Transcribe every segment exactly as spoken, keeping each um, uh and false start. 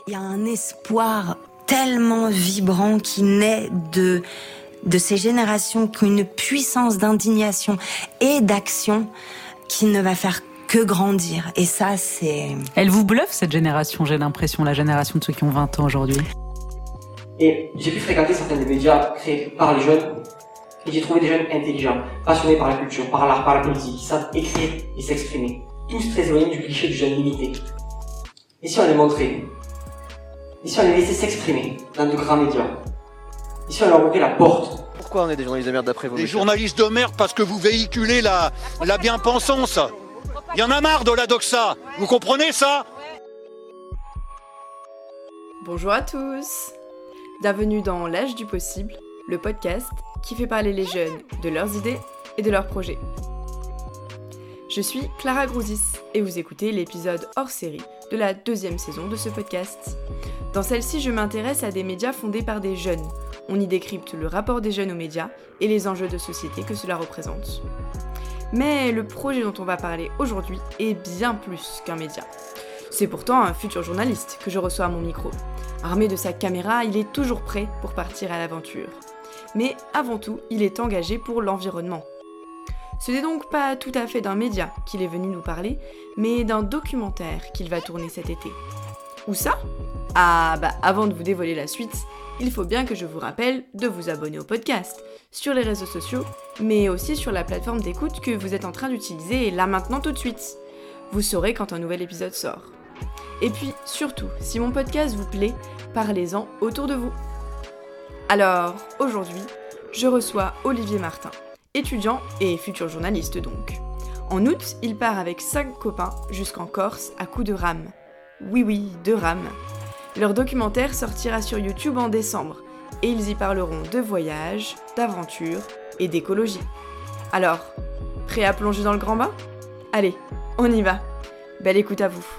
Il y a un espoir tellement vibrant qui naît de, de ces générations qui ont une puissance d'indignation et d'action qui ne va faire que grandir. Et ça, c'est... Elle vous bluffe, cette génération, j'ai l'impression, la génération de ceux qui ont vingt ans aujourd'hui. Et j'ai pu fréquenter certains des médias créés par les jeunes, et j'ai trouvé des jeunes intelligents, passionnés par la culture, par l'art, par la politique, qui savent écrire et s'exprimer. Tous très éloignés du cliché du jeune limité. Et si on les montrait, et si on les laissait s'exprimer dans de grands médias, et si on leur ouvrait la porte. Pourquoi on est des journalistes de merde d'après vous? Des journalistes de merde parce que vous véhiculez la, la bien-pensance. Il y en a marre de la doxa. Vous comprenez ça? Bonjour à tous. Bienvenue dans L'Âge du possible, le podcast qui fait parler les jeunes de leurs idées et de leurs projets. Je suis Clara Grouzis et vous écoutez l'épisode hors série de la deuxième saison de ce podcast. Dans celle-ci, je m'intéresse à des médias fondés par des jeunes. On y décrypte le rapport des jeunes aux médias et les enjeux de société que cela représente. Mais le projet dont on va parler aujourd'hui est bien plus qu'un média. C'est pourtant un futur journaliste que je reçois à mon micro. Armé de sa caméra, il est toujours prêt pour partir à l'aventure. Mais avant tout, il est engagé pour l'environnement. Ce n'est donc pas tout à fait d'un média qu'il est venu nous parler, mais d'un documentaire qu'il va tourner cet été. Où ça ? Ah bah avant de vous dévoiler la suite, il faut bien que je vous rappelle de vous abonner au podcast, sur les réseaux sociaux, mais aussi sur la plateforme d'écoute que vous êtes en train d'utiliser là maintenant tout de suite. Vous saurez quand un nouvel épisode sort. Et puis surtout, si mon podcast vous plaît, parlez-en autour de vous. Alors, aujourd'hui, je reçois Olivier Martin, étudiant et futur journaliste donc. En août, il part avec cinq copains jusqu'en Corse à coups de rame. Oui oui, de rame. Leur documentaire sortira sur YouTube en décembre, et ils y parleront de voyage, d'aventure et d'écologie. Alors, prêt à plonger dans le grand bain ? Allez, on y va. Belle écoute à vous.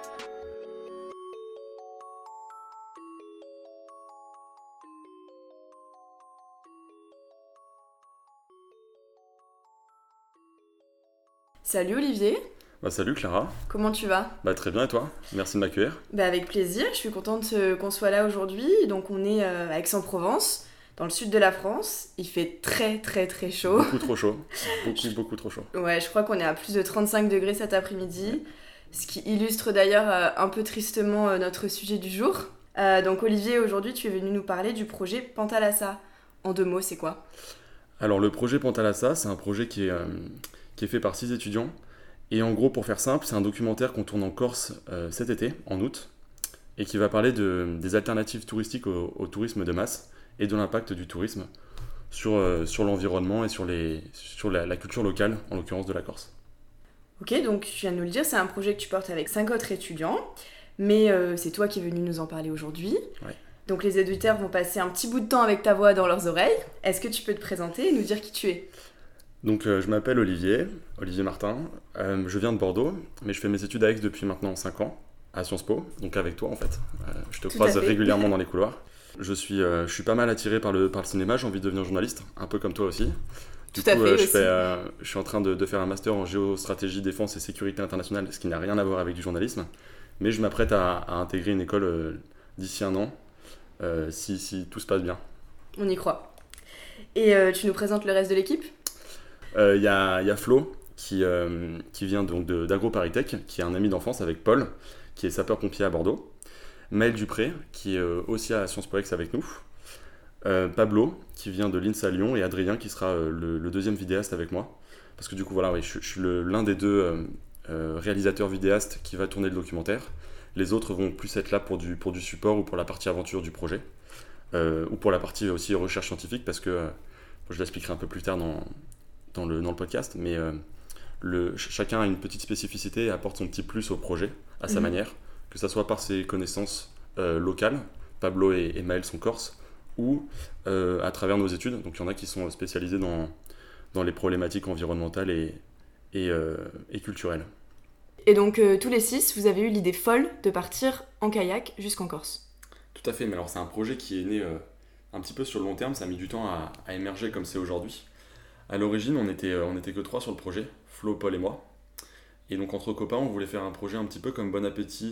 Salut Olivier. Bah salut Clara. Comment tu vas ? Bah très bien et toi ? Merci de m'accueillir. Bah avec plaisir, je suis contente euh, qu'on soit là aujourd'hui. Donc on est euh, à Aix-en-Provence, dans le sud de la France. Il fait très très très chaud. Beaucoup trop chaud. Beaucoup beaucoup trop chaud. Ouais, je crois qu'on est à plus de trente-cinq degrés cet après-midi. Ce qui illustre d'ailleurs euh, un peu tristement euh, notre sujet du jour. Euh, donc Olivier, aujourd'hui tu es venu nous parler du projet Pantalassa. En deux mots, c'est quoi ? Alors le projet Pantalassa, c'est un projet qui est, euh, qui est fait par six étudiants. Et en gros, pour faire simple, c'est un documentaire qu'on tourne en Corse euh, cet été, en août, et qui va parler de, des alternatives touristiques au, au tourisme de masse et de l'impact du tourisme sur, euh, sur l'environnement et sur, les, sur la, la culture locale, en l'occurrence de la Corse. Ok, donc tu viens de nous le dire, c'est un projet que tu portes avec cinq autres étudiants, mais euh, c'est toi qui es venu nous en parler aujourd'hui. Ouais. Donc les auditeurs vont passer un petit bout de temps avec ta voix dans leurs oreilles. Est-ce que tu peux te présenter et nous dire qui tu es ? Donc euh, je m'appelle Olivier, Olivier Martin, euh, je viens de Bordeaux, mais je fais mes études à Aix depuis maintenant cinq ans, à Sciences Po, donc avec toi en fait. Euh, je te Tout croise à fait. régulièrement dans les couloirs. Je suis, euh, je suis pas mal attiré par le, par le cinéma, j'ai envie de devenir journaliste, un peu comme toi aussi. Tout Du à coup, fait euh, je, aussi. fais, euh, je suis en train de, de faire un master en géostratégie, défense et sécurité internationale, ce qui n'a rien à voir avec du journalisme, mais je m'apprête à, à intégrer une école euh, d'ici un an, euh, si, si tout se passe bien. On y croit. Et euh, tu nous présentes le reste de l'équipe ? Il euh, y, a, y a Flo qui, euh, qui vient donc de, d'AgroParisTech, qui est un ami d'enfance avec Paul, qui est sapeur-pompier à Bordeaux. Maël Dupré, qui est euh, aussi à Sciences Po Aix avec nous. Euh, Pablo, qui vient de l'INSA Lyon, et Adrien, qui sera euh, le, le deuxième vidéaste avec moi. Parce que du coup, voilà, oui, je, je suis le, l'un des deux euh, euh, réalisateurs vidéastes qui va tourner le documentaire. Les autres vont plus être là pour du, pour du support ou pour la partie aventure du projet. Euh, ou pour la partie aussi recherche scientifique, parce que euh, je l'expliquerai un peu plus tard dans... Dans le, dans le podcast, mais euh, le, ch- chacun a une petite spécificité et apporte son petit plus au projet, à sa Mhm. manière, que ça soit par ses connaissances euh, locales, Pablo et, et Maël sont corses, ou euh, à travers nos études. Donc il y en a qui sont spécialisés dans, dans les problématiques environnementales et, et, euh, et culturelles. Et donc euh, tous les six, vous avez eu l'idée folle de partir en kayak jusqu'en Corse. Tout à fait, mais alors c'est un projet qui est né euh, un petit peu sur le long terme, ça a mis du temps à, à émerger comme c'est aujourd'hui. À l'origine, on était, on était que trois sur le projet, Flo, Paul et moi. Et donc entre copains, on voulait faire un projet un petit peu comme Bon Appétit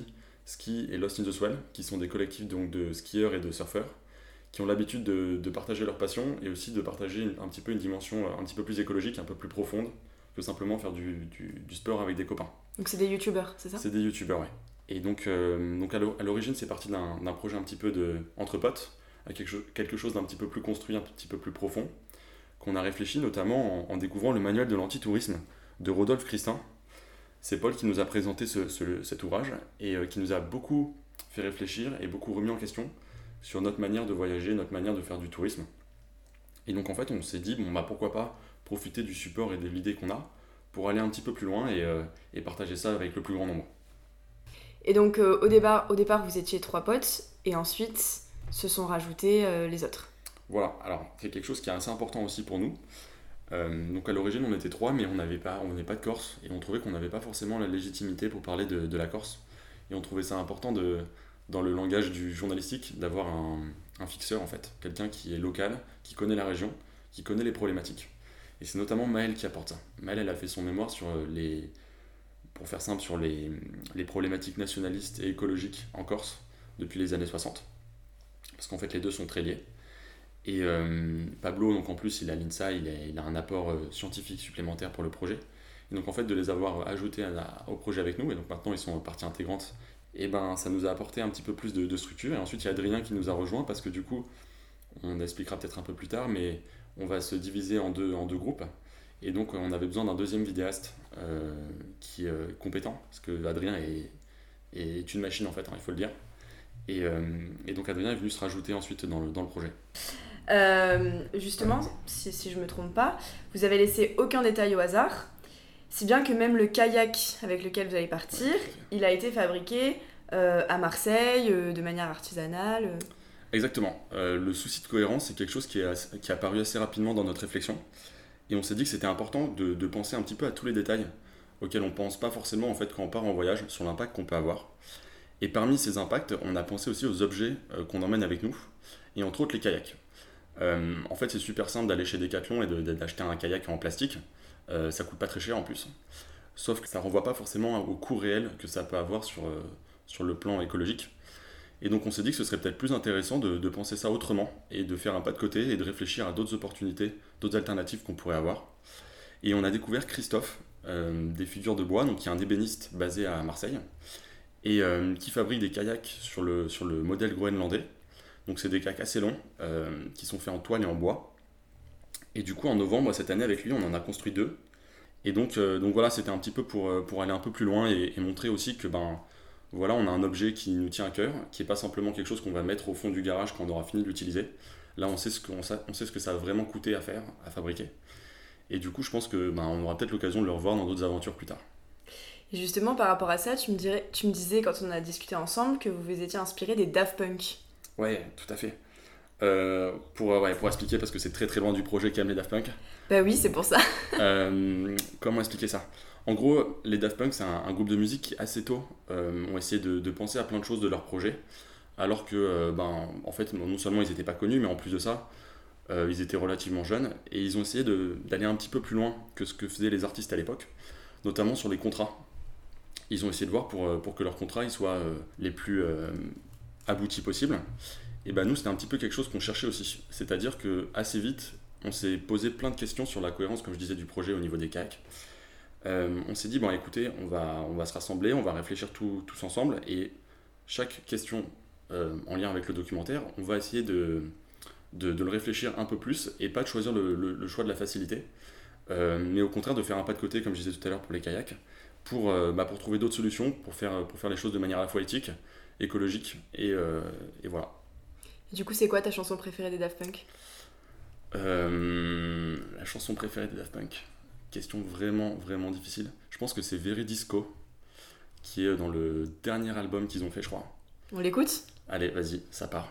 Ski et Lost in the Swell, qui sont des collectifs donc, de skieurs et de surfeurs, qui ont l'habitude de, de partager leur passion et aussi de partager une, un petit peu une dimension un petit peu plus écologique, un peu plus profonde que simplement faire du, du, du sport avec des copains. Donc c'est des youtubeurs, c'est ça ? C'est des youtubeurs, ouais. Et donc, euh, donc à l'origine, c'est parti d'un, d'un projet un petit peu de, entre potes, à quelque, cho- quelque chose d'un petit peu plus construit, un petit peu plus profond, qu'on a réfléchi notamment en, en découvrant le manuel de l'antitourisme de Rodolphe Christin. C'est Paul qui nous a présenté ce, ce, cet ouvrage et euh, qui nous a beaucoup fait réfléchir et beaucoup remis en question sur notre manière de voyager, notre manière de faire du tourisme. Et donc en fait, on s'est dit, bon bah pourquoi pas profiter du support et de l'idée qu'on a pour aller un petit peu plus loin et, euh, et partager ça avec le plus grand nombre. Et donc euh, au, départ, au départ, vous étiez trois potes, et ensuite se sont rajoutés euh, les autres. Voilà, alors c'est quelque chose qui est assez important aussi pour nous. Euh, donc à l'origine, on était trois, mais on n'avait pas, on venait pas de Corse, et on trouvait qu'on n'avait pas forcément la légitimité pour parler de, de la Corse. Et on trouvait ça important, de, dans le langage du journalistique, d'avoir un, un fixeur en fait, quelqu'un qui est local, qui connaît la région, qui connaît les problématiques. Et c'est notamment Maëlle qui apporte ça. Maëlle, elle a fait son mémoire sur les, pour faire simple, sur les, les problématiques nationalistes et écologiques en Corse depuis les années soixante. Parce qu'en fait, les deux sont très liés. Et euh, Pablo, donc en plus, il a l'I N S A, il a, il a un apport euh, scientifique supplémentaire pour le projet. Et donc en fait, de les avoir ajoutés à la, au projet avec nous, et donc maintenant ils sont partie intégrante, et ben ça nous a apporté un petit peu plus de, de structure. Et ensuite, il y a Adrien qui nous a rejoint, parce que du coup, on expliquera peut-être un peu plus tard, mais on va se diviser en deux, en deux groupes. Et donc on avait besoin d'un deuxième vidéaste euh, qui est euh, compétent, parce que Adrien est, est une machine en fait, hein, il faut le dire. Et, euh, et donc Adrien est venu se rajouter ensuite dans le, dans le projet. Euh, justement, si, si je me trompe pas, vous avez laissé aucun détail au hasard, si bien que même le kayak avec lequel vous allez partir, il a été fabriqué euh, à Marseille, euh, de manière artisanale. Euh. Exactement. Euh, le souci de cohérence, c'est quelque chose qui est, assez, qui est apparu assez rapidement dans notre réflexion. Et on s'est dit que c'était important de, de penser un petit peu à tous les détails auxquels on ne pense pas forcément en fait, quand on part en voyage, sur l'impact qu'on peut avoir. Et parmi ces impacts, on a pensé aussi aux objets euh, qu'on emmène avec nous, et entre autres les kayaks. Euh, en fait, c'est super simple d'aller chez Decathlon et de, de, d'acheter un kayak en plastique. Euh, ça coûte pas très cher en plus. Sauf que ça renvoie pas forcément au coût réel que ça peut avoir sur, euh, sur le plan écologique. Et donc on s'est dit que ce serait peut-être plus intéressant de, de penser ça autrement et de faire un pas de côté et de réfléchir à d'autres opportunités, d'autres alternatives qu'on pourrait avoir. Et on a découvert Christophe, euh, des figures de bois, donc qui est un ébéniste basé à Marseille, et euh, qui fabrique des kayaks sur le, sur le modèle groenlandais. Donc c'est des kayaks assez longs, euh, qui sont faits en toile et en bois. Et du coup en novembre, cette année avec lui, on en a construit deux. Et donc, euh, donc voilà, c'était un petit peu pour, pour aller un peu plus loin et, et montrer aussi que ben, voilà, on a un objet qui nous tient à cœur, qui n'est pas simplement quelque chose qu'on va mettre au fond du garage quand on aura fini de l'utiliser. Là, on sait ce, qu'on, on sait ce que ça a vraiment coûté à faire, à fabriquer. Et du coup, je pense que ben, on aura peut-être l'occasion de le revoir dans d'autres aventures plus tard. Et justement, par rapport à ça, tu me, dirais, tu me disais, quand on a discuté ensemble, que vous vous étiez inspiré des Daft Punk. Ouais, tout à fait. Euh, pour, ouais, pour expliquer, parce que c'est très très loin du projet qu'aiment les Daft Punk. Bah oui, c'est pour ça. euh, comment expliquer ça ? En gros, les Daft Punk, c'est un, un groupe de musique qui, assez tôt, euh, ont essayé de, de penser à plein de choses de leur projet, alors que, euh, ben, en fait, non seulement ils n'étaient pas connus, mais en plus de ça, euh, ils étaient relativement jeunes, et ils ont essayé de, d'aller un petit peu plus loin que ce que faisaient les artistes à l'époque, notamment sur les contrats. Ils ont essayé de voir pour, pour que leurs contrats ils soient euh, les plus euh, aboutis possibles. Et ben nous, c'était un petit peu quelque chose qu'on cherchait aussi. C'est-à-dire que assez vite, on s'est posé plein de questions sur la cohérence, comme je disais, du projet au niveau des kayaks. Euh, on s'est dit, bon écoutez, on va, on va se rassembler, on va réfléchir tout, tous ensemble, et chaque question euh, en lien avec le documentaire, on va essayer de, de, de le réfléchir un peu plus, et pas de choisir le, le, le choix de la facilité, euh, mais au contraire de faire un pas de côté, comme je disais tout à l'heure pour les kayaks, pour, euh, bah, pour trouver d'autres solutions, pour faire, pour faire les choses de manière à la fois éthique, écologique, et, euh, et voilà. Du coup, c'est quoi ta chanson préférée des Daft Punk ? euh, La chanson préférée des Daft Punk ? Question vraiment, vraiment difficile. Je pense que c'est Veridisco, qui est dans le dernier album qu'ils ont fait, je crois. On l'écoute ? Allez, vas-y, ça part.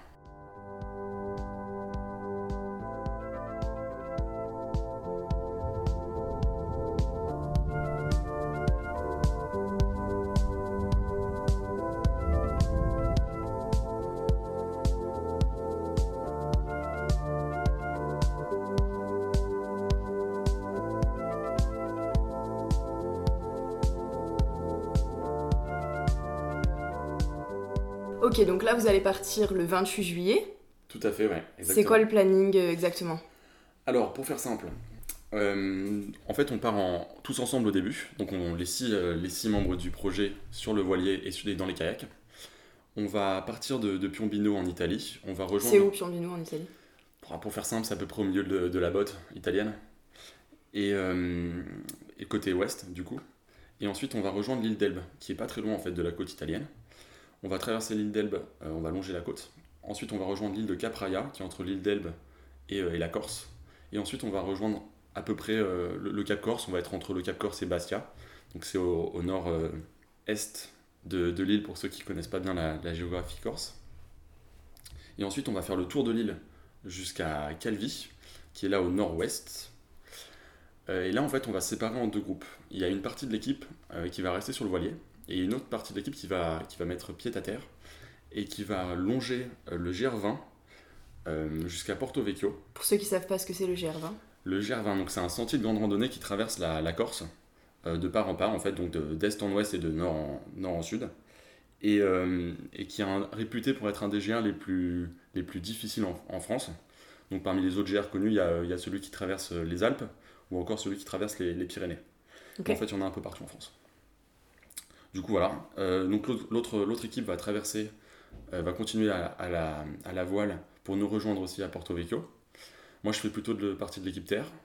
Ok, donc là vous allez partir le vingt-huit juillet. Tout à fait, ouais. Exactement. C'est quoi le planning euh, exactement? Alors, pour faire simple, euh, en fait, on part en, tous ensemble au début. Donc, on, les, six, euh, les six membres du projet sur le voilier et, sur, et dans les kayaks. On va partir de, de Piombino en Italie. On va rejoindre... C'est où Piombino en Italie? Pour, pour faire simple, c'est à peu près au milieu de, de la botte italienne. Et, euh, et côté ouest, du coup. Et ensuite, on va rejoindre l'île d'Elbe, qui est pas très loin en fait de la côte italienne. On va traverser l'île d'Elbe, euh, on va longer la côte. Ensuite, on va rejoindre l'île de Capraia, qui est entre l'île d'Elbe et, euh, et la Corse. Et ensuite, on va rejoindre à peu près euh, le, le Cap Corse. On va être entre le Cap Corse et Bastia. Donc, c'est au, au nord-est de, de l'île, pour ceux qui ne connaissent pas bien la, la géographie corse. Et ensuite, on va faire le tour de l'île jusqu'à Calvi, qui est là au nord-ouest. Euh, et là, en fait, on va se séparer en deux groupes. Il y a une partie de l'équipe euh, qui va rester sur le voilier, et une autre partie de l'équipe qui va, qui va mettre pied à terre, et qui va longer euh, le G R vingt euh, jusqu'à Porto Vecchio. Pour ceux qui ne savent pas ce que c'est le G R vingt. Le G R vingt, donc, c'est un sentier de grande randonnée qui traverse la, la Corse, euh, de part en part, en fait, donc de, d'est en ouest et de nord en, nord en sud, et, euh, et qui est un, réputé pour être un des G R les plus, les plus difficiles en, en France. Donc parmi les autres G R connus, il y a, il y a celui qui traverse les Alpes, ou encore celui qui traverse les, les Pyrénées. Okay. En fait, il y en a un peu partout en France. Du coup, voilà. Euh, donc l'autre, l'autre équipe va traverser, euh, va continuer à, à, la, à la voile pour nous rejoindre aussi à Porto Vecchio. Moi, je fais plutôt de partie de l'équipe terre.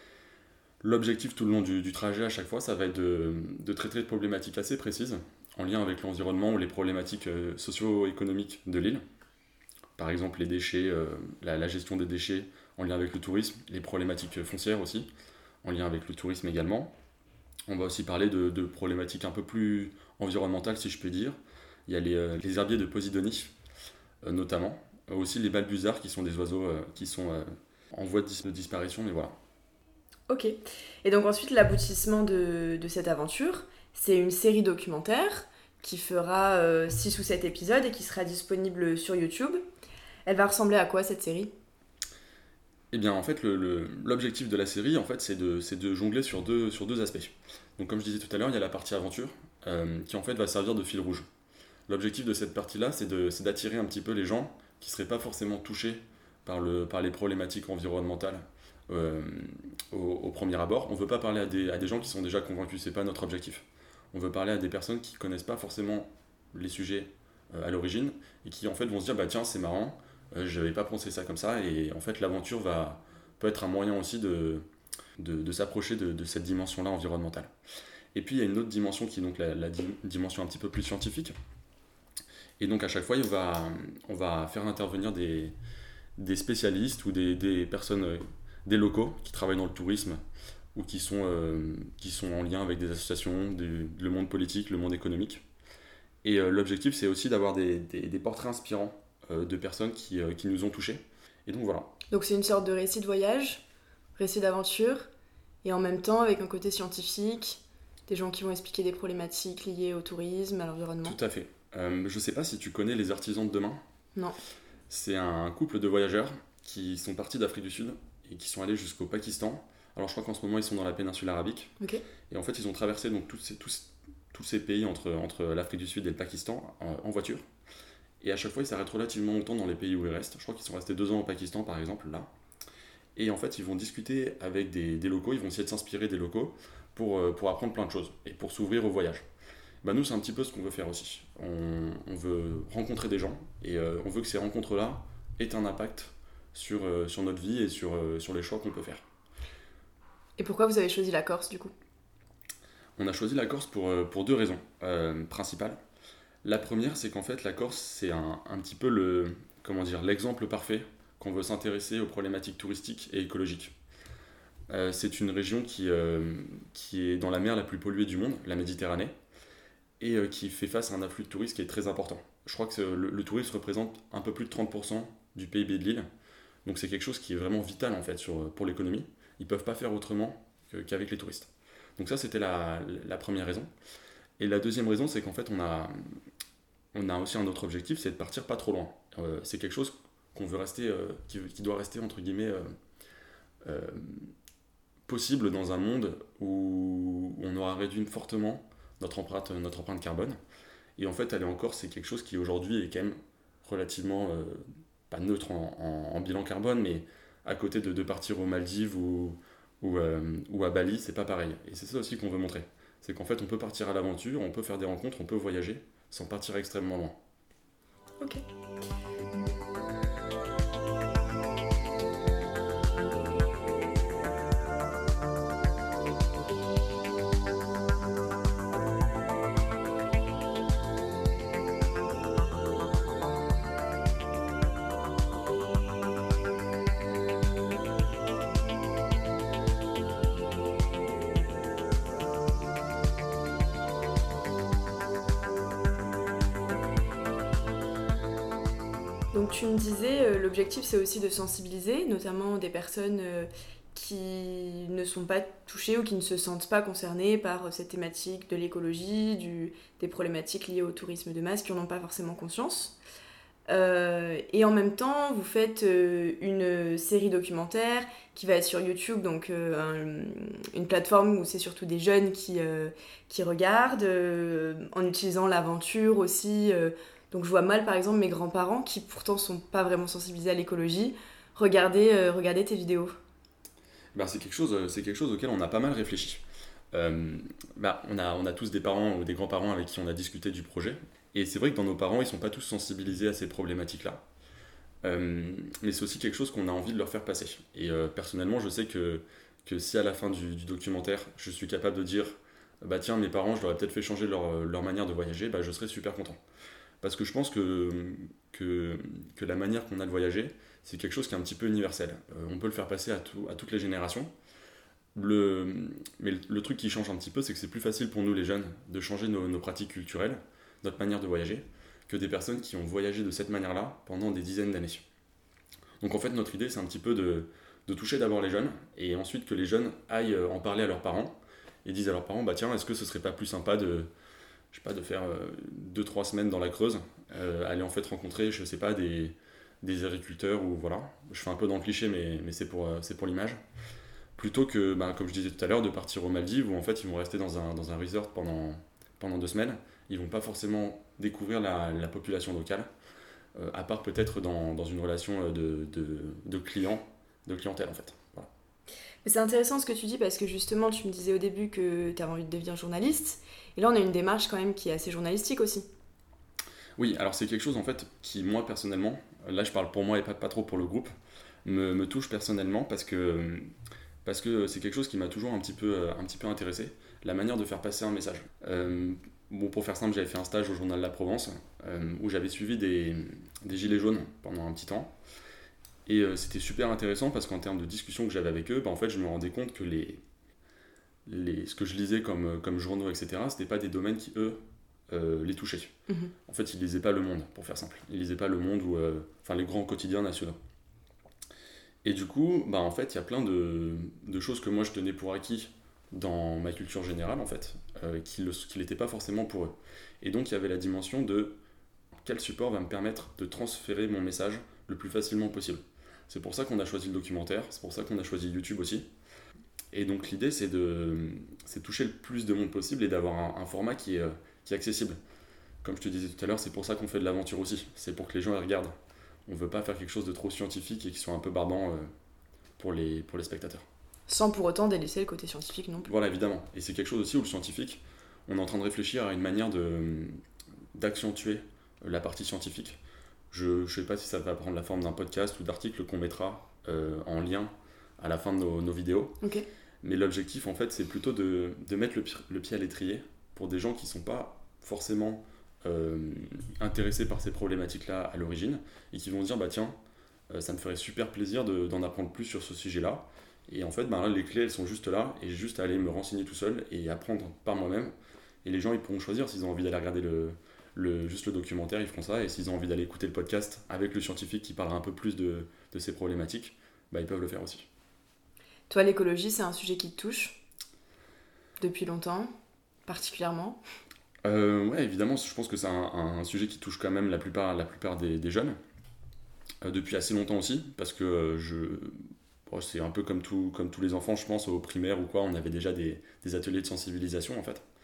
L'objectif tout le long du, du trajet, à chaque fois, ça va être de, de traiter de problématiques assez précises, en lien avec l'environnement ou les problématiques euh, socio-économiques de l'île. Par exemple, les déchets, euh, la, la gestion des déchets en lien avec le tourisme, les problématiques foncières aussi, en lien avec le tourisme également. On va aussi parler de, de problématiques un peu plus environnementales, si je peux dire. Il y a les, euh, les herbiers de Posidonie, euh, notamment. Euh, aussi les balbuzards, qui sont des oiseaux euh, qui sont euh, en voie de, dis- de disparition, mais voilà. Ok. Et donc ensuite, l'aboutissement de, de cette aventure, c'est une série documentaire qui fera euh, six ou sept épisodes et qui sera disponible sur YouTube. Elle va ressembler à quoi, cette série ? Eh bien, en fait, le, le, l'objectif de la série, en fait, c'est de, c'est de jongler sur deux, sur deux aspects. Donc, comme je disais tout à l'heure, il y a la partie aventure, euh, qui en fait va servir de fil rouge. L'objectif de cette partie-là, c'est, de, c'est d'attirer un petit peu les gens qui ne seraient pas forcément touchés par, le, par les problématiques environnementales euh, au, au premier abord. On ne veut pas parler à des, à des gens qui sont déjà convaincus, ce n'est pas notre objectif. On veut parler à des personnes qui ne connaissent pas forcément les sujets euh, à l'origine, et qui en fait vont se dire, bah tiens, c'est marrant, Euh, je n'avais pas pensé ça comme ça, et en fait l'aventure va, peut être un moyen aussi de, de, de s'approcher de, de cette dimension-là environnementale. Et puis il y a une autre dimension qui est donc la, la di- dimension un petit peu plus scientifique, et donc à chaque fois on va, on va faire intervenir des, des spécialistes ou des, des personnes, euh, des locaux qui travaillent dans le tourisme ou qui sont, euh, qui sont en lien avec des associations, du, le monde politique, le monde économique. Et euh, l'objectif c'est aussi d'avoir des, des, des portraits inspirants de personnes qui, euh, qui nous ont touchés. Et donc voilà. Donc c'est une sorte de récit de voyage, récit d'aventure, et en même temps avec un côté scientifique, des gens qui vont expliquer des problématiques liées au tourisme, à l'environnement. Tout à fait. Euh, je ne sais pas si tu connais les Artisans de demain. Non. C'est un couple de voyageurs qui sont partis d'Afrique du Sud et qui sont allés jusqu'au Pakistan. Alors je crois qu'en ce moment ils sont dans la péninsule arabique. Okay. Et en fait ils ont traversé donc, tous, ces, tous, tous ces pays entre, entre l'Afrique du Sud et le Pakistan en, en voiture. Et à chaque fois, ils s'arrêtent relativement longtemps dans les pays où ils restent. Je crois qu'ils sont restés deux ans au Pakistan, par exemple, là. Et en fait, ils vont discuter avec des, des locaux, ils vont essayer de s'inspirer des locaux pour, pour apprendre plein de choses et pour s'ouvrir au voyage. Bah, nous, c'est un petit peu ce qu'on veut faire aussi. On, on veut rencontrer des gens et euh, on veut que ces rencontres-là aient un impact sur, euh, sur notre vie et sur, euh, sur les choix qu'on peut faire. Et pourquoi vous avez choisi la Corse, du coup ? On a choisi la Corse pour, pour deux raisons euh, principales. La première, c'est qu'en fait, la Corse, c'est un, un petit peu le, comment dire, l'exemple parfait qu'on veut s'intéresser aux problématiques touristiques et écologiques. Euh, c'est une région qui, euh, qui est dans la mer la plus polluée du monde, la Méditerranée, et euh, qui fait face à un afflux de touristes qui est très important. Je crois que le, le tourisme représente un peu plus de trente pour cent du P I B de l'île, donc c'est quelque chose qui est vraiment vital en fait sur, pour l'économie. Ils ne peuvent pas faire autrement que, qu'avec les touristes. Donc ça, c'était la, la première raison. Et la deuxième raison, c'est qu'en fait, on a, on a aussi un autre objectif, c'est de partir pas trop loin. Euh, c'est quelque chose qu'on veut rester, euh, qui, qui doit rester, entre guillemets, euh, euh, possible dans un monde où on aura réduit fortement notre empreinte, notre empreinte carbone. Et en fait, aller en Corse, c'est quelque chose qui aujourd'hui est quand même relativement, euh, pas neutre en, en, en bilan carbone, mais à côté de, de partir aux Maldives ou, ou, euh, ou à Bali, c'est pas pareil. Et c'est ça aussi qu'on veut montrer. C'est qu'en fait, on peut partir à l'aventure, on peut faire des rencontres, on peut voyager sans partir extrêmement loin. Ok. Donc tu me disais, euh, l'objectif c'est aussi de sensibiliser, notamment des personnes euh, qui ne sont pas touchées ou qui ne se sentent pas concernées par cette thématique de l'écologie, du, des problématiques liées au tourisme de masse, qui n'en ont pas forcément conscience. Euh, et en même temps, vous faites euh, une série documentaire qui va être sur YouTube, donc euh, un, une plateforme où c'est surtout des jeunes qui, euh, qui regardent, euh, en utilisant l'aventure aussi. Euh, donc je vois mal par exemple mes grands-parents, qui pourtant sont pas vraiment sensibilisés à l'écologie, regarder, euh, regarder tes vidéos. Ben, c'est quelque chose, c'est quelque chose auquel on a pas mal réfléchi. Euh, ben, on, a, on a tous des parents ou des grands-parents avec qui on a discuté du projet. Et c'est vrai que dans nos parents, ils sont pas tous sensibilisés à ces problématiques-là. Euh, mais c'est aussi quelque chose qu'on a envie de leur faire passer. Et euh, personnellement, je sais que, que si à la fin du, du documentaire, je suis capable de dire bah tiens, mes parents, je leur ai peut-être fait changer leur, leur manière de voyager, bah, je serais super content. Parce que je pense que, que, que la manière qu'on a de voyager, c'est quelque chose qui est un petit peu universel. Euh, on peut le faire passer à, tout, à toutes les générations. Le, mais le, le truc qui change un petit peu, c'est que c'est plus facile pour nous les jeunes de changer nos, nos pratiques culturelles, notre manière de voyager, que des personnes qui ont voyagé de cette manière-là pendant des dizaines d'années. Donc en fait, notre idée, c'est un petit peu de, de toucher d'abord les jeunes, et ensuite que les jeunes aillent en parler à leurs parents, et disent à leurs parents, bah tiens, est-ce que ce serait pas plus sympa de, je sais pas, de faire deux trois semaines dans la Creuse, euh, aller en fait rencontrer, je sais pas, des, des agriculteurs, ou voilà, je fais un peu dans le cliché, mais, mais c'est pour, c'est pour l'image, plutôt que, bah, comme je disais tout à l'heure, de partir aux Maldives, où en fait ils vont rester dans un, dans un resort pendant, pendant deux semaines, ils vont pas forcément découvrir la, la population locale, euh, à part peut-être dans, dans une relation de, de, de client, de clientèle en fait. Voilà. Mais c'est intéressant ce que tu dis, parce que justement tu me disais au début que tu avais envie de devenir journaliste, et là on a une démarche quand même qui est assez journalistique aussi. Oui, alors c'est quelque chose en fait qui, moi personnellement, là je parle pour moi et pas, pas trop pour le groupe, me, me touche personnellement parce que, parce que c'est quelque chose qui m'a toujours un petit peu, un petit peu intéressé, la manière de faire passer un message. Euh, bon, pour faire simple, j'avais fait un stage au journal La Provence, euh, où j'avais suivi des, des gilets jaunes pendant un petit temps, et euh, c'était super intéressant parce qu'en termes de discussion que j'avais avec eux, bah, en fait je me rendais compte que les, les, ce que je lisais comme, comme journaux, et cetera, c'était pas des domaines qui, eux, euh, les touchaient. Mm-hmm. En fait, ils lisaient pas Le Monde, pour faire simple. Ils lisaient pas Le Monde ou euh, enfin, les grands quotidiens nationaux. Et du coup, bah, en fait, il y a plein de, de choses que moi je tenais pour acquis dans ma culture générale, en fait, euh, qui ne l'étaient pas forcément pour eux. Et donc, il y avait la dimension de quel support va me permettre de transférer mon message le plus facilement possible. C'est pour ça qu'on a choisi le documentaire, c'est pour ça qu'on a choisi YouTube aussi. Et donc, l'idée, c'est de, c'est de toucher le plus de monde possible et d'avoir un, un format qui est, qui est accessible. Comme je te disais tout à l'heure, c'est pour ça qu'on fait de l'aventure aussi. C'est pour que les gens les regardent. On ne veut pas faire quelque chose de trop scientifique et qui soit un peu barbant euh, pour, les, pour les spectateurs. Sans pour autant délaisser le côté scientifique non plus. Voilà, évidemment. Et c'est quelque chose aussi où le scientifique, on est en train de réfléchir à une manière de, d'accentuer la partie scientifique. Je ne sais pas si ça va prendre la forme d'un podcast ou d'articles qu'on mettra euh, en lien à la fin de nos, nos vidéos. Okay. Mais l'objectif, en fait, c'est plutôt de, de mettre le, le pied à l'étrier pour des gens qui ne sont pas forcément euh, intéressés par ces problématiques-là à l'origine et qui vont se dire, bah tiens, euh, ça me ferait super plaisir de, d'en apprendre plus sur ce sujet-là. Et en fait, ben là, les clés, elles sont juste là, et j'ai juste à aller me renseigner tout seul et apprendre par moi-même. Et les gens, ils pourront choisir s'ils ont envie d'aller regarder le, le, juste le documentaire, ils feront ça. Et s'ils ont envie d'aller écouter le podcast avec le scientifique qui parlera un peu plus de, de ces problématiques, ben, ils peuvent le faire aussi. Toi, l'écologie, c'est un sujet qui te touche depuis longtemps, particulièrement euh, Ouais, évidemment, je pense que c'est un, un sujet qui touche quand même la plupart, la plupart des, des jeunes. Euh, depuis assez longtemps aussi, parce que euh, je... Bon, c'est un peu comme, tout, comme tous les enfants, je pense, au primaire ou quoi, on avait déjà des, des ateliers de sensibilisation en fait.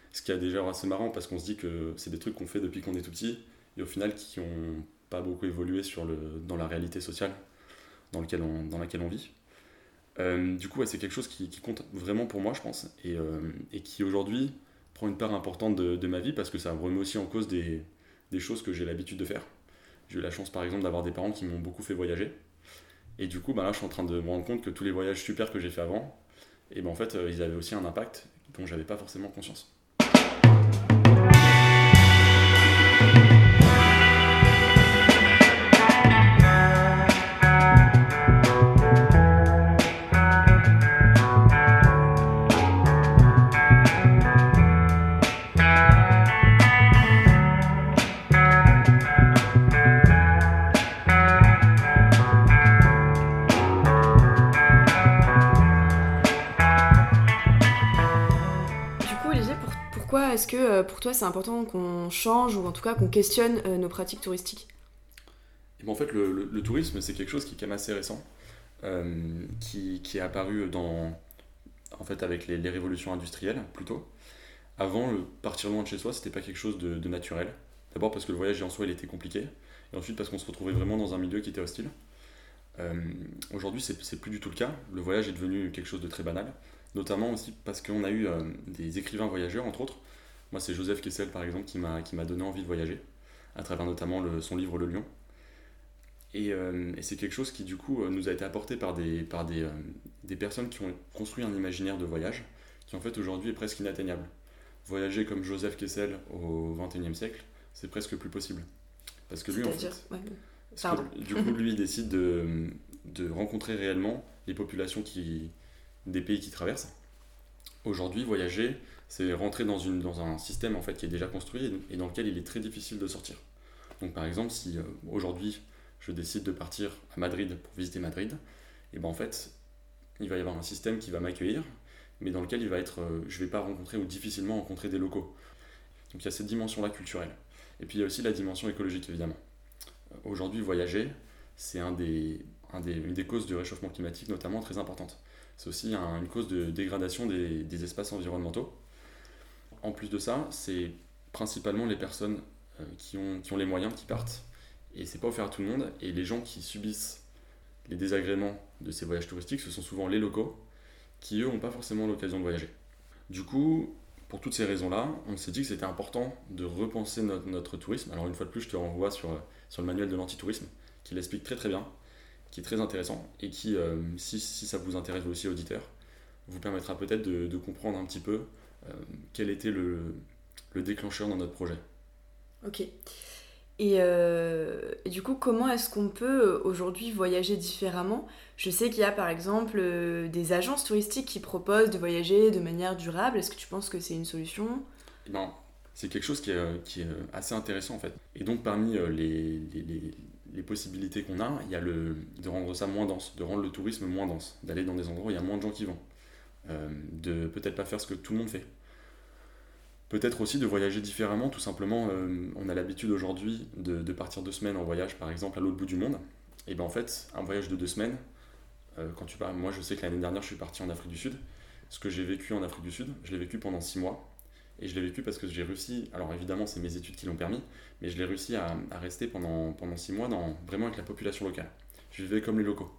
Ce qui est déjà assez marrant parce qu'on se dit que c'est des trucs qu'on fait depuis qu'on est tout petit et au final qui n'ont pas beaucoup évolué sur le, dans la réalité sociale dans, lequel on, dans laquelle on vit. Euh, du coup, ouais, c'est quelque chose qui, qui compte vraiment pour moi, je pense, et, euh, et qui aujourd'hui prend une part importante de, de ma vie parce que ça remet aussi en cause des, des choses que j'ai l'habitude de faire. J'ai eu la chance par exemple d'avoir des parents qui m'ont beaucoup fait voyager. Et du coup, bah là, je suis en train de me rendre compte que tous les voyages super que j'ai fait avant, et ben en fait, euh, ils avaient aussi un impact dont j'avais pas forcément conscience. Pourquoi est-ce que euh, pour toi c'est important qu'on change ou en tout cas qu'on questionne euh, nos pratiques touristiques ? Et ben en fait, le, le, le tourisme, c'est quelque chose qui est quand même assez récent, euh, qui, qui est apparu dans, en fait, avec les, les révolutions industrielles plutôt. Avant, le partir loin de chez soi, c'était pas quelque chose de, de naturel. D'abord parce que le voyage en soi, il était compliqué, et ensuite parce qu'on se retrouvait vraiment dans un milieu qui était hostile. Euh, aujourd'hui, c'est, c'est plus du tout le cas. Le voyage est devenu quelque chose de très banal. Notamment aussi parce qu'on a eu euh, des écrivains voyageurs, entre autres. Moi, c'est Joseph Kessel, par exemple, qui m'a, qui m'a donné envie de voyager, à travers notamment le, son livre Le Lion. Et, euh, et c'est quelque chose qui, du coup, nous a été apporté par des, par des, euh, des personnes qui ont construit un imaginaire de voyage, qui, en fait, aujourd'hui, est presque inatteignable. Voyager comme Joseph Kessel au vingt et unième siècle, c'est presque plus possible. Parce que lui, en fait, ouais. parce que, du coup, lui, il décide de, de rencontrer réellement les populations qui... des pays qui traversent. Aujourd'hui, voyager, c'est rentrer dans, une, dans un système en fait, qui est déjà construit et dans lequel il est très difficile de sortir. Donc par exemple, si euh, aujourd'hui je décide de partir à Madrid pour visiter Madrid, et ben en fait, il va y avoir un système qui va m'accueillir, mais dans lequel il va être, euh, je ne vais pas rencontrer ou difficilement rencontrer des locaux. Donc il y a cette dimension-là culturelle. Et puis il y a aussi la dimension écologique, évidemment. Euh, aujourd'hui, voyager, c'est un des, un des, une des causes du réchauffement climatique, notamment très importante. C'est aussi un, une cause de dégradation des, des espaces environnementaux. En plus de ça, c'est principalement les personnes euh, qui, ont, qui ont les moyens qui partent. Et c'est pas offert à tout le monde. Et les gens qui subissent les désagréments de ces voyages touristiques, ce sont souvent les locaux qui, eux, n'ont pas forcément l'occasion de voyager. Du coup, pour toutes ces raisons-là, on s'est dit que c'était important de repenser notre, notre tourisme. Alors une fois de plus, je te renvoie sur, sur le manuel de l'antitourisme, qui l'explique très très bien, qui est très intéressant et qui, euh, si, si ça vous intéresse vous aussi auditeurs, vous permettra peut-être de, de comprendre un petit peu euh, quel était le, le déclencheur dans notre projet. Ok. Et, euh, et du coup, comment est-ce qu'on peut aujourd'hui voyager différemment ? Je sais qu'il y a par exemple euh, des agences touristiques qui proposent de voyager de manière durable. Est-ce que tu penses que c'est une solution ? Eh ben, c'est quelque chose qui est, qui est assez intéressant en fait. Et donc parmi euh, les, les, les, les possibilités qu'on a, il y a le, de rendre ça moins dense, de rendre le tourisme moins dense, d'aller dans des endroits où il y a moins de gens qui vont, euh, de peut-être pas faire ce que tout le monde fait. Peut-être aussi de voyager différemment, tout simplement, euh, on a l'habitude aujourd'hui de, de partir deux semaines en voyage, par exemple, à l'autre bout du monde. Et bien en fait, un voyage de deux semaines, euh, quand tu pars, moi je sais que l'année dernière je suis parti en Afrique du Sud. Ce que j'ai vécu en Afrique du Sud, je l'ai vécu pendant six mois. Et je l'ai vécu parce que j'ai réussi, alors évidemment c'est mes études qui l'ont permis, mais je l'ai réussi à, à rester pendant, pendant six mois dans, vraiment avec la population locale. Je vivais comme les locaux.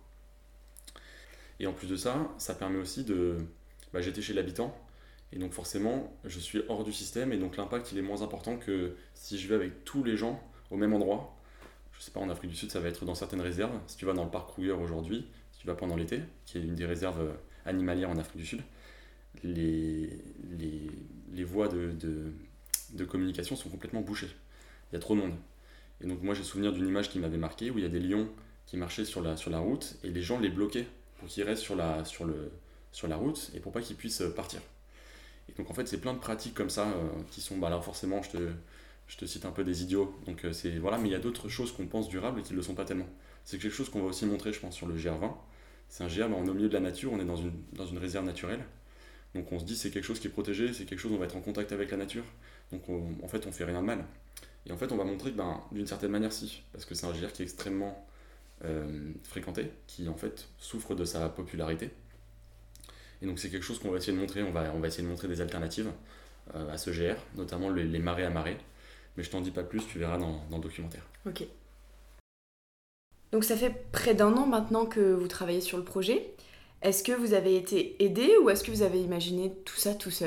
Et en plus de ça, ça permet aussi de... Bah, j'étais chez l'habitant, et donc forcément, je suis hors du système, et donc l'impact il est moins important que si je vais avec tous les gens au même endroit. Je sais pas, en Afrique du Sud, ça va être dans certaines réserves. Si tu vas dans le parc Kruger aujourd'hui, si tu vas pendant l'été, qui est une des réserves animalières en Afrique du Sud, les, les, les voies de, de, de communication sont complètement bouchées. Il y a trop de monde. Et donc moi j'ai souvenir d'une image qui m'avait marqué, où il y a des lions qui marchaient sur la, sur la route, et les gens les bloquaient pour qu'ils restent sur la, sur le, sur la route, et pour pas qu'ils puissent partir. Et donc en fait c'est plein de pratiques comme ça euh, qui sont, bah là forcément je te, je te cite un peu des idiots, donc euh, c'est, voilà, mais il y a d'autres choses qu'on pense durables et qui ne le sont pas tellement. C'est quelque chose qu'on va aussi montrer je pense sur le G R vingt. C'est un G R, bah, on est au milieu de la nature, on est dans une, dans une réserve naturelle, donc on se dit c'est quelque chose qui est protégé, c'est quelque chose où on va être en contact avec la nature, donc on, en fait on fait rien de mal. Et en fait on va montrer que ben, d'une certaine manière si, parce que c'est un G R qui est extrêmement euh, fréquenté, qui en fait souffre de sa popularité. Et donc c'est quelque chose qu'on va essayer de montrer, on va, on va essayer de montrer des alternatives, euh, à ce G R, notamment les, les marées à marée. Mais je t'en dis pas plus, tu verras dans, dans le documentaire. Ok. Donc ça fait près d'un an maintenant que vous travaillez sur le projet. Est-ce que vous avez été aidé ou est-ce que vous avez imaginé tout ça tout seul ?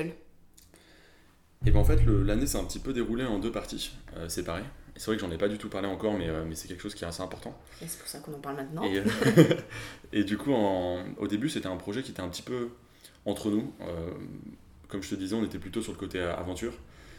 Et bien en fait, le, l'année s'est un petit peu déroulée en deux parties euh, séparées. Et c'est vrai que j'en ai pas du tout parlé encore, mais, euh, mais c'est quelque chose qui est assez important. Et c'est pour ça qu'on en parle maintenant. Et, euh, et du coup, en, au début, c'était un projet qui était un petit peu entre nous. Euh, comme je te disais, on était plutôt sur le côté aventure.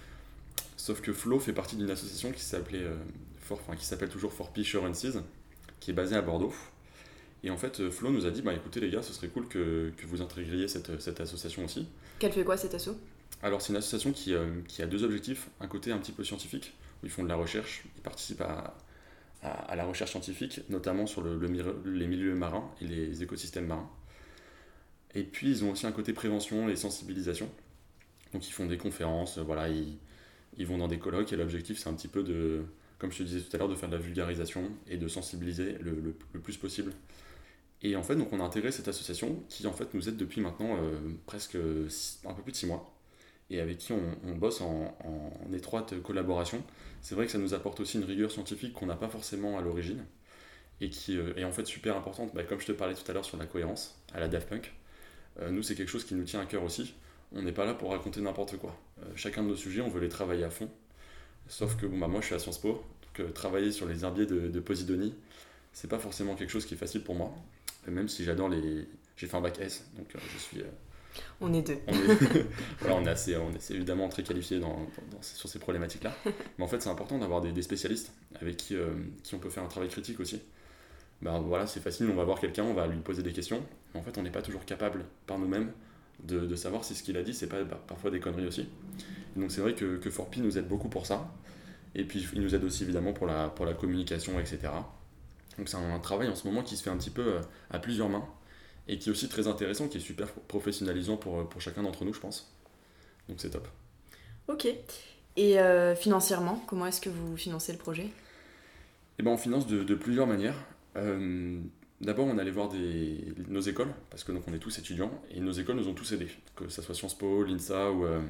Sauf que Flo fait partie d'une association qui s'appelait, euh, For, enfin, qui s'appelle toujours For Peace Assurances, qui est basée à Bordeaux. Et en fait, Flo nous a dit, bah écoutez les gars, ce serait cool que, que vous intégriez cette, cette association aussi. Qu'elle fait quoi cette asso ? Alors c'est une association qui, euh, qui a deux objectifs. Un côté un petit peu scientifique, où ils font de la recherche, ils participent à, à, à la recherche scientifique, notamment sur le, le, les milieux marins et les écosystèmes marins. Et puis ils ont aussi un côté prévention et sensibilisation. Donc ils font des conférences, voilà, ils, ils vont dans des colloques et l'objectif c'est un petit peu de, comme je te disais tout à l'heure, de faire de la vulgarisation et de sensibiliser le, le, le plus possible. Et en fait, donc on a intégré cette association qui en fait nous aide depuis maintenant euh, presque six, un peu plus de six mois. Et avec qui on, on bosse en, en étroite collaboration. C'est vrai que ça nous apporte aussi une rigueur scientifique qu'on n'a pas forcément à l'origine et qui euh, est en fait super importante. Bah, comme je te parlais tout à l'heure sur la cohérence à la Daft Punk, euh, nous c'est quelque chose qui nous tient à cœur aussi. On n'est pas là pour raconter n'importe quoi. Euh, chacun de nos sujets, on veut les travailler à fond. Sauf que bon, bah, moi je suis à Sciences Po, donc euh, travailler sur les herbiers de, de Posidonie, c'est pas forcément quelque chose qui est facile pour moi. Euh, même si j'adore les... J'ai fait un bac S, donc euh, je suis... Euh, On est deux. On est, voilà, on est, assez, on est évidemment très qualifiés dans, dans, dans, sur ces problématiques-là. Mais en fait, c'est important d'avoir des, des spécialistes avec qui, euh, qui on peut faire un travail critique aussi. Ben, voilà, c'est facile, on va voir quelqu'un, on va lui poser des questions. Mais en fait, on n'est pas toujours capable par nous-mêmes de, de savoir si ce qu'il a dit, c'est pas bah, parfois des conneries aussi. Et donc c'est vrai que, que Forpi nous aide beaucoup pour ça. Et puis il nous aide aussi évidemment pour la, pour la communication, et cetera. Donc c'est un, un travail en ce moment qui se fait un petit peu à plusieurs mains. Et qui est aussi très intéressant, qui est super professionnalisant pour, pour chacun d'entre nous, je pense. Donc c'est top. Ok. Et euh, financièrement, comment est-ce que vous financez le projet ? Eh ben, on finance de, de plusieurs manières. Euh, d'abord, on allait voir des, nos écoles, parce que donc, on est tous étudiants, et nos écoles nous ont tous aidés, que ce soit Sciences Po, l'INSA ou, euh,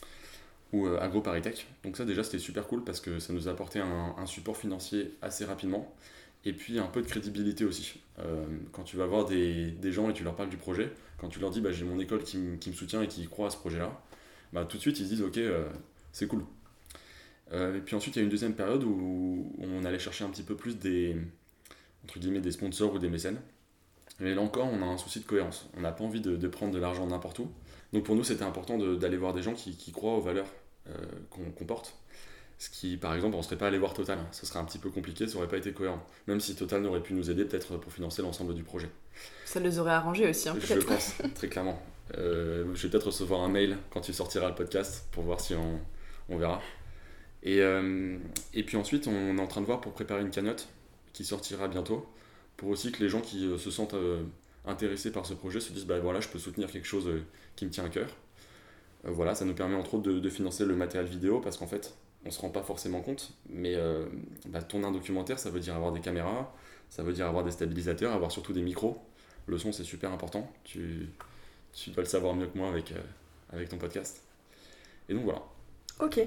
ou euh, AgroParisTech. Donc ça, déjà, c'était super cool, parce que ça nous a apporté un, un support financier assez rapidement. Et puis un peu de crédibilité aussi. Euh, quand tu vas voir des, des gens et tu leur parles du projet, quand tu leur dis bah, j'ai mon école qui, m- qui me soutient et qui croit à ce projet-là, bah, tout de suite ils se disent ok, euh, c'est cool. Euh, et puis ensuite il y a une deuxième période où, où on allait chercher un petit peu plus des, entre guillemets, des sponsors ou des mécènes. Mais là encore, on a un souci de cohérence. On n'a pas envie de, de prendre de l'argent n'importe où. Donc pour nous, c'était important de, d'aller voir des gens qui, qui croient aux valeurs euh, qu'on, qu'on porte. Ce qui, par exemple, on ne serait pas allé voir Total. Ce serait un petit peu compliqué, ça n'aurait pas été cohérent. Même si Total n'aurait pu nous aider peut-être pour financer l'ensemble du projet. Ça les aurait arrangés aussi, hein, peut-être. Je pense, très clairement. Euh, je vais peut-être recevoir un mail quand il sortira le podcast pour voir si on, on verra. Et, euh, et puis ensuite, on est en train de voir pour préparer une cagnotte qui sortira bientôt, pour aussi que les gens qui euh, se sentent euh, intéressés par ce projet se disent bah voilà, je peux soutenir quelque chose euh, qui me tient à cœur. Euh, voilà, ça nous permet entre autres de, de financer le matériel vidéo parce qu'en fait, on se rend pas forcément compte, mais euh, bah, tourner un documentaire, ça veut dire avoir des caméras, ça veut dire avoir des stabilisateurs, avoir surtout des micros. Le son, c'est super important. Tu, tu dois le savoir mieux que moi avec, euh, avec ton podcast. Et donc voilà. Ok.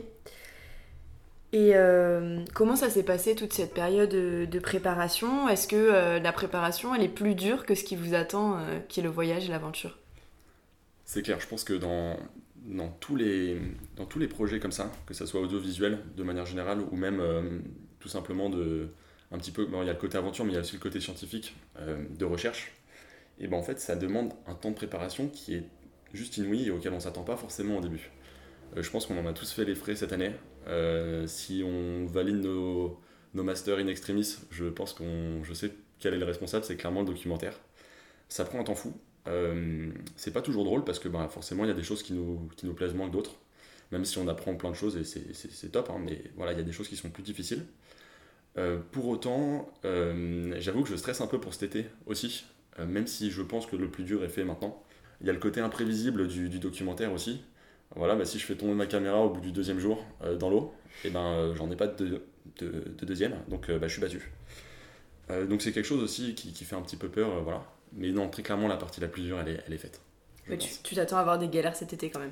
Et euh, comment ça s'est passé toute cette période de, de préparation ? Est-ce que euh, la préparation, elle est plus dure que ce qui vous attend, euh, qui est le voyage et l'aventure ? C'est clair, je pense que dans, dans, tous les, dans tous les projets comme ça, que ce soit audiovisuel de manière générale ou même euh, tout simplement de, un petit peu, bon, il y a le côté aventure mais il y a aussi le côté scientifique euh, de recherche, et ben en fait ça demande un temps de préparation qui est juste inouï et auquel on ne s'attend pas forcément au début. Euh, je pense qu'on en a tous fait les frais cette année. Euh, si on valide nos, nos masters in extremis, je pense qu'on, je sais quel est le responsable, c'est clairement le documentaire. Ça prend un temps fou. Euh, c'est pas toujours drôle parce que bah, forcément il y a des choses qui nous, qui nous plaisent moins que d'autres, même si on apprend plein de choses et c'est, c'est, c'est top, hein, mais voilà, il y a des choses qui sont plus difficiles. Euh, pour autant, euh, j'avoue que je stresse un peu pour cet été aussi, euh, même si je pense que le plus dur est fait maintenant. Il y a le côté imprévisible du, du documentaire aussi. Voilà, bah, si je fais tomber ma caméra au bout du deuxième jour euh, dans l'eau, et ben euh, j'en ai pas de, de, de deuxième, donc euh, bah, je suis battu. Euh, donc c'est quelque chose aussi qui, qui fait un petit peu peur, euh, voilà. Mais non, très clairement, la partie la plus dure, elle est, elle est faite. Mais tu, tu t'attends à avoir des galères cet été quand même.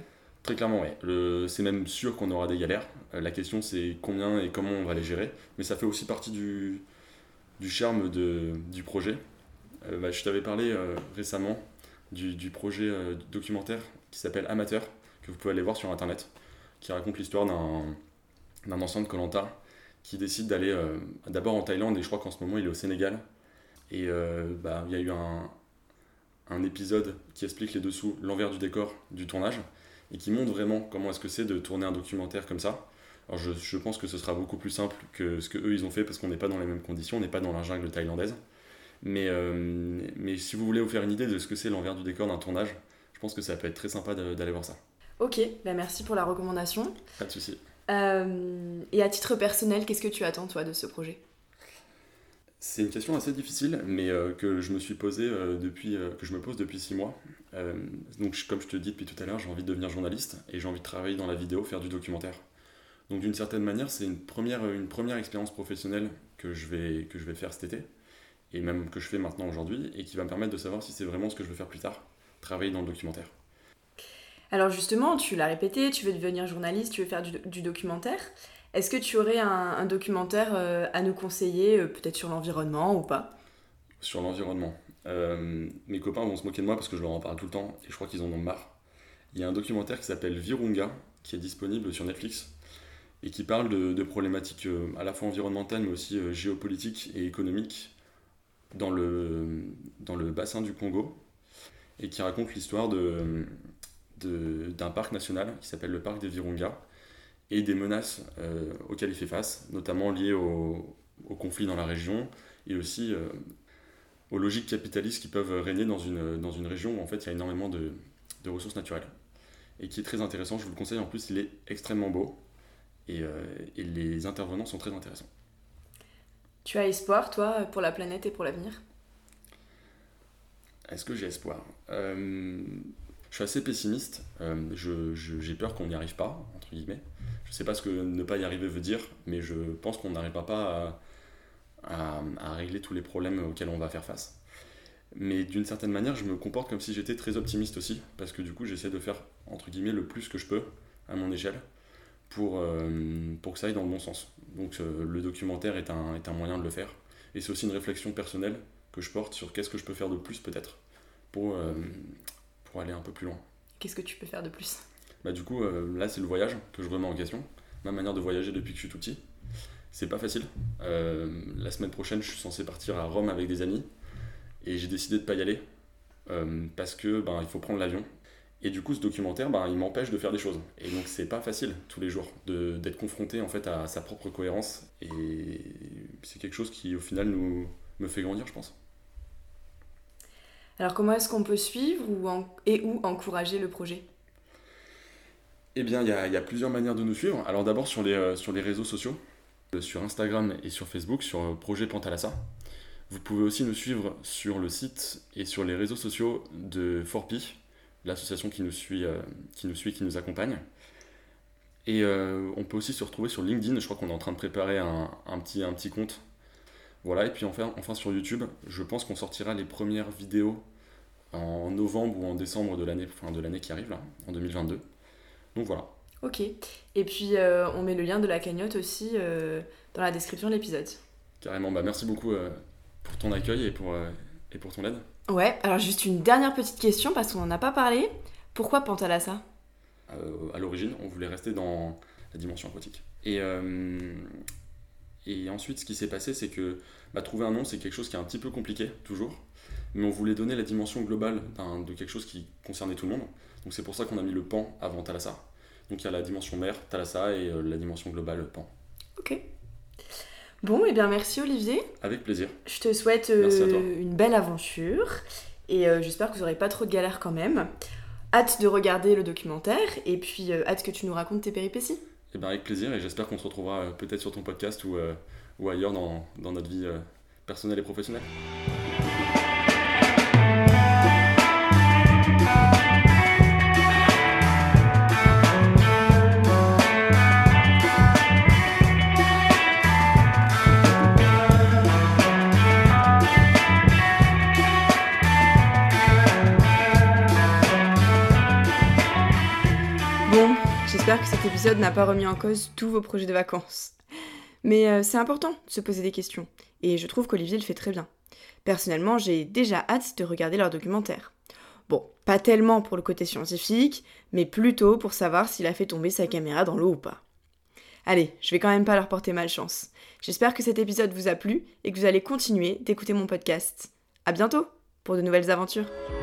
Très clairement, oui. Le... C'est même sûr qu'on aura des galères. Euh, la question, c'est combien et comment on va les gérer. Mais ça fait aussi partie du, du charme de... du projet. Euh, bah, je t'avais parlé euh, récemment du, du projet euh, documentaire qui s'appelle Amateur, que vous pouvez aller voir sur Internet, qui raconte l'histoire d'un, d'un ancien de Koh Lanta qui décide d'aller euh, d'abord en Thaïlande, et je crois qu'en ce moment, il est au Sénégal. Et euh, bah, il y a eu un, un épisode qui explique les dessous, l'envers du décor du tournage, et qui montre vraiment comment est-ce que c'est de tourner un documentaire comme ça. Alors je, je pense que ce sera beaucoup plus simple que ce qu'eux ils ont fait, parce qu'on n'est pas dans les mêmes conditions, on n'est pas dans la jungle thaïlandaise. Mais, euh, mais si vous voulez vous faire une idée de ce que c'est l'envers du décor d'un tournage, je pense que ça peut être très sympa de, d'aller voir ça. Ok, bah merci pour la recommandation. Pas de souci. Euh, et à titre personnel, qu'est-ce que tu attends toi de ce projet ? C'est une question assez difficile, mais euh, que je me suis posée euh, depuis, euh, que je me pose depuis six mois. Euh, donc, je, comme je te dis depuis tout à l'heure, j'ai envie de devenir journaliste et j'ai envie de travailler dans la vidéo, faire du documentaire. Donc, d'une certaine manière, c'est une première, une première expérience professionnelle que je vais, que je vais faire cet été, et même que je fais maintenant aujourd'hui, et qui va me permettre de savoir si c'est vraiment ce que je veux faire plus tard, travailler dans le documentaire. Alors justement, tu l'as répété, tu veux devenir journaliste, tu veux faire du, du documentaire. Est-ce que tu aurais un, un documentaire euh, à nous conseiller, euh, peut-être sur l'environnement ou pas ? Sur l'environnement. Euh, mes copains vont se moquer de moi parce que je leur en parle tout le temps et je crois qu'ils en ont marre. Il y a un documentaire qui s'appelle Virunga, qui est disponible sur Netflix et qui parle de, de problématiques euh, à la fois environnementales mais aussi euh, géopolitiques et économiques dans le, dans le bassin du Congo, et qui raconte l'histoire de, de, d'un parc national qui s'appelle le parc des Virunga, et des menaces euh, auxquelles il fait face, notamment liées au, au conflit dans la région, et aussi euh, aux logiques capitalistes qui peuvent régner dans une, dans une région où en fait, il y a énormément de, de ressources naturelles. Et qui est très intéressant, je vous le conseille, en plus il est extrêmement beau, et, euh, et les intervenants sont très intéressants. Tu as espoir, toi, pour la planète et pour l'avenir ? Est-ce que j'ai espoir ? euh, Je suis assez pessimiste, euh, je, je, j'ai peur qu'on n'y arrive pas, entre guillemets. Je ne sais pas ce que ne pas y arriver veut dire, mais je pense qu'on n'arrivera pas à, à, à régler tous les problèmes auxquels on va faire face. Mais d'une certaine manière, je me comporte comme si j'étais très optimiste aussi, parce que du coup, j'essaie de faire, entre guillemets, le plus que je peux, à mon échelle, pour, euh, pour que ça aille dans le bon sens. Donc euh, le documentaire est un, est un moyen de le faire. Et c'est aussi une réflexion personnelle que je porte sur qu'est-ce que je peux faire de plus, peut-être, pour, euh, pour aller un peu plus loin. Qu'est-ce que tu peux faire de plus ? Bah du coup, euh, là, c'est le voyage que je remets en question. Ma manière de voyager depuis que je suis tout petit. C'est pas facile. Euh, la semaine prochaine, je suis censé partir à Rome avec des amis. Et j'ai décidé de pas y aller. Euh, parce que ben, il faut prendre l'avion. Et du coup, ce documentaire, ben, il m'empêche de faire des choses. Et donc, c'est pas facile, tous les jours, de, d'être confronté en fait, à sa propre cohérence. Et c'est quelque chose qui, au final, nous, me fait grandir, je pense. Alors, comment est-ce qu'on peut suivre ou en... et ou encourager le projet ? Eh bien, il y, y a plusieurs manières de nous suivre. Alors d'abord sur les, euh, sur les réseaux sociaux, euh, sur Instagram et sur Facebook, sur euh, Projet Pantalassa. Vous pouvez aussi nous suivre sur le site et sur les réseaux sociaux de Forpi, l'association qui nous suit, euh, qui nous suit, qui nous accompagne. Et euh, on peut aussi se retrouver sur LinkedIn. Je crois qu'on est en train de préparer un, un, petit, un petit compte. Voilà, et puis enfin, enfin sur YouTube, je pense qu'on sortira les premières vidéos en novembre ou en décembre de l'année, enfin de l'année qui arrive, là, en deux mille vingt-deux. Donc voilà. Ok. Et puis euh, on met le lien de la cagnotte aussi euh, dans la description de l'épisode. Carrément. Bah merci beaucoup euh, pour ton accueil et pour, euh, et pour ton aide. Ouais. Alors juste une dernière petite question parce qu'on n'en a pas parlé. Pourquoi Pantalassa ? euh, À l'origine, on voulait rester dans la dimension aquatique. Et, euh, et ensuite, ce qui s'est passé, c'est que bah, trouver un nom, c'est quelque chose qui est un petit peu compliqué, toujours. Mais on voulait donner la dimension globale d'un, de quelque chose qui concernait tout le monde. Donc c'est pour ça qu'on a mis le pan avant Thalassa. Donc il y a la dimension mère, Thalassa, et euh, la dimension globale, pan. Ok. Bon, et eh bien merci Olivier. Avec plaisir. Je te souhaite euh, une belle aventure. Et euh, j'espère que vous n'aurez pas trop de galères quand même. Hâte de regarder le documentaire. Et puis euh, hâte que tu nous racontes tes péripéties. Eh bien avec plaisir, et j'espère qu'on se retrouvera euh, peut-être sur ton podcast ou, euh, ou ailleurs dans, dans notre vie euh, personnelle et professionnelle. Bon, j'espère que cet épisode n'a pas remis en cause tous vos projets de vacances. Mais euh, c'est important de se poser des questions, et je trouve qu'Olivier le fait très bien. Personnellement, j'ai déjà hâte de regarder leur documentaire. Bon, pas tellement pour le côté scientifique, mais plutôt pour savoir s'il a fait tomber sa caméra dans l'eau ou pas. Allez, je vais quand même pas leur porter malchance. J'espère que cet épisode vous a plu et que vous allez continuer d'écouter mon podcast. À bientôt pour de nouvelles aventures.